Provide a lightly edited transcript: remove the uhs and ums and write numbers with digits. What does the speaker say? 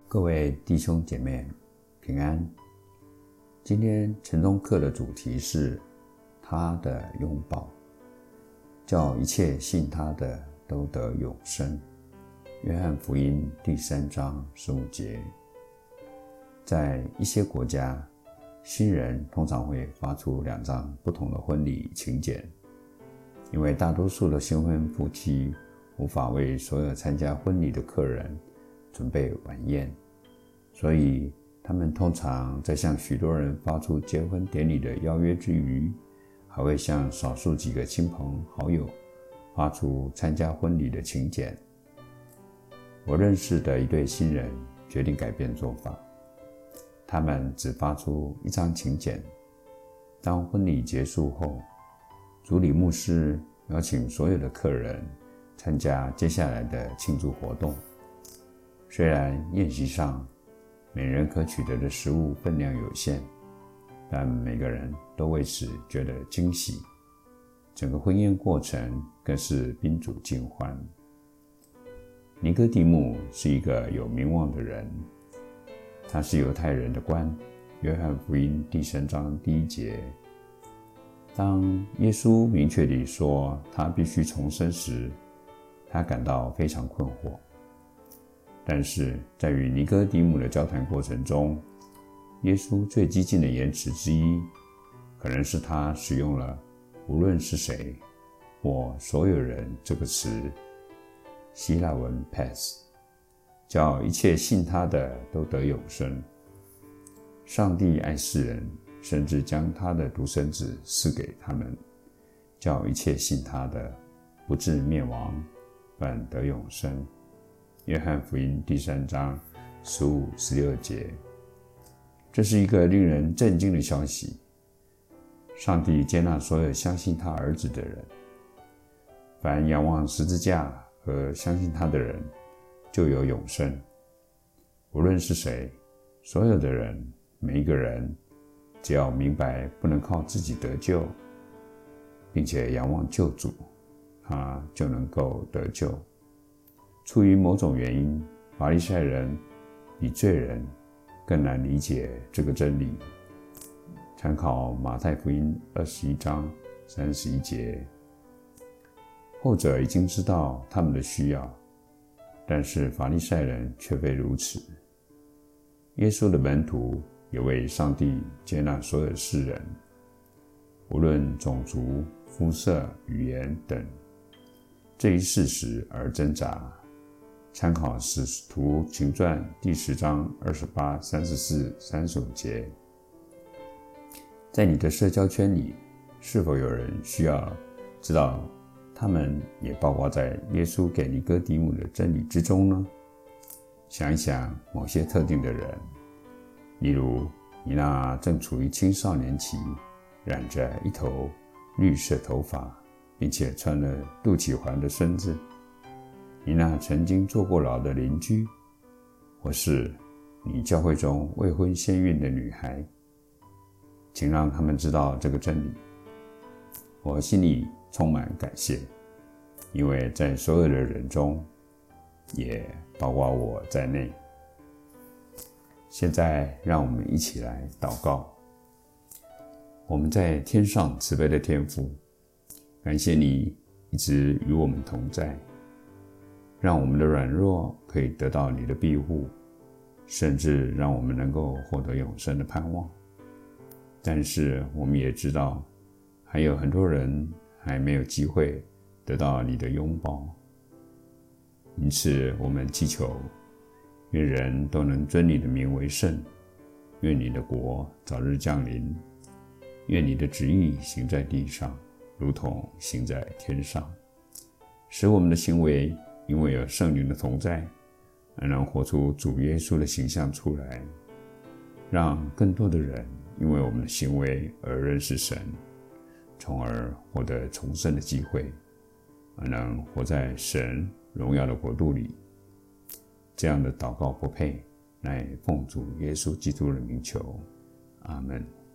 各位弟兄姐妹平安。今天晨钟课的主题是他的拥抱，叫一切信他的都得永生。约翰福音第3章15节。在一些国家，新人通常会发出2张不同的婚礼请柬，因为大多数的新婚夫妻无法为所有参加婚礼的客人准备晚宴，所以他们通常在向许多人发出结婚典礼的邀约之余，还会向少数几个亲朋好友发出参加婚礼的请柬。我认识的一对新人决定改变做法，他们只发出1张请柬。当婚礼结束后，主礼牧师邀请所有的客人参加接下来的庆祝活动。虽然宴席上每人可取得的食物分量有限，但每个人都为此觉得惊喜。整个婚宴过程更是宾主尽欢。尼哥底母是一个有名望的人，他是犹太人的官。约翰福音第3章第1节。当耶稣明确地说他必须重生时，他感到非常困惑。但是在与尼哥底母的交谈过程中，耶稣最激进的言辞之一，可能是他使用了无论是谁或所有人这个词，希腊文 pass， 叫一切信他的都得永生。上帝爱世人，甚至将他的独生子赐给他们，叫一切信他的不至灭亡，反得永生。约翰福音第3章15、16节。这是一个令人震惊的消息。上帝接纳所有相信他儿子的人，凡仰望十字架和相信他的人，就有永生。无论是谁，所有的人，每一个人，只要明白不能靠自己得救，并且仰望救主，他就能够得救。出于某种原因，法利赛人比罪人更难理解这个真理。参考马太福音21章31节。后者已经知道他们的需要，但是法利赛人却非如此。耶稣的门徒也为上帝接纳所有世人，无论种族、肤色、语言等这一事实而挣扎。参考使徒行传第10章28、34、35节。在你的社交圈里，是否有人需要知道他们也包括在耶稣给尼哥底母的真理之中呢？想一想某些特定的人，例如你那正处于青少年期，染着一头绿色头发，并且穿了肚脐环的孙子，你那曾经坐过牢的邻居，或是你教会中未婚先孕的女孩，请让他们知道这个真理。我心里充满感谢，因为在所有的人中，也包括我在内。现在让我们一起来祷告。我们在天上慈悲的天父，感谢你一直与我们同在，让我们的软弱可以得到你的庇护，甚至让我们能够获得永生的盼望。但是我们也知道，还有很多人还没有机会得到你的拥抱。因此我们祈求，愿人都能尊你的名为圣，愿你的国早日降临，愿你的旨意行在地上，如同行在天上。使我们的行为因为有圣灵的同在，而能活出主耶稣的形象出来，让更多的人因为我们的行为而认识神，从而获得重生的机会，而能活在神荣耀的国度里。这样的祷告不配，乃奉主耶稣基督的名求，阿们。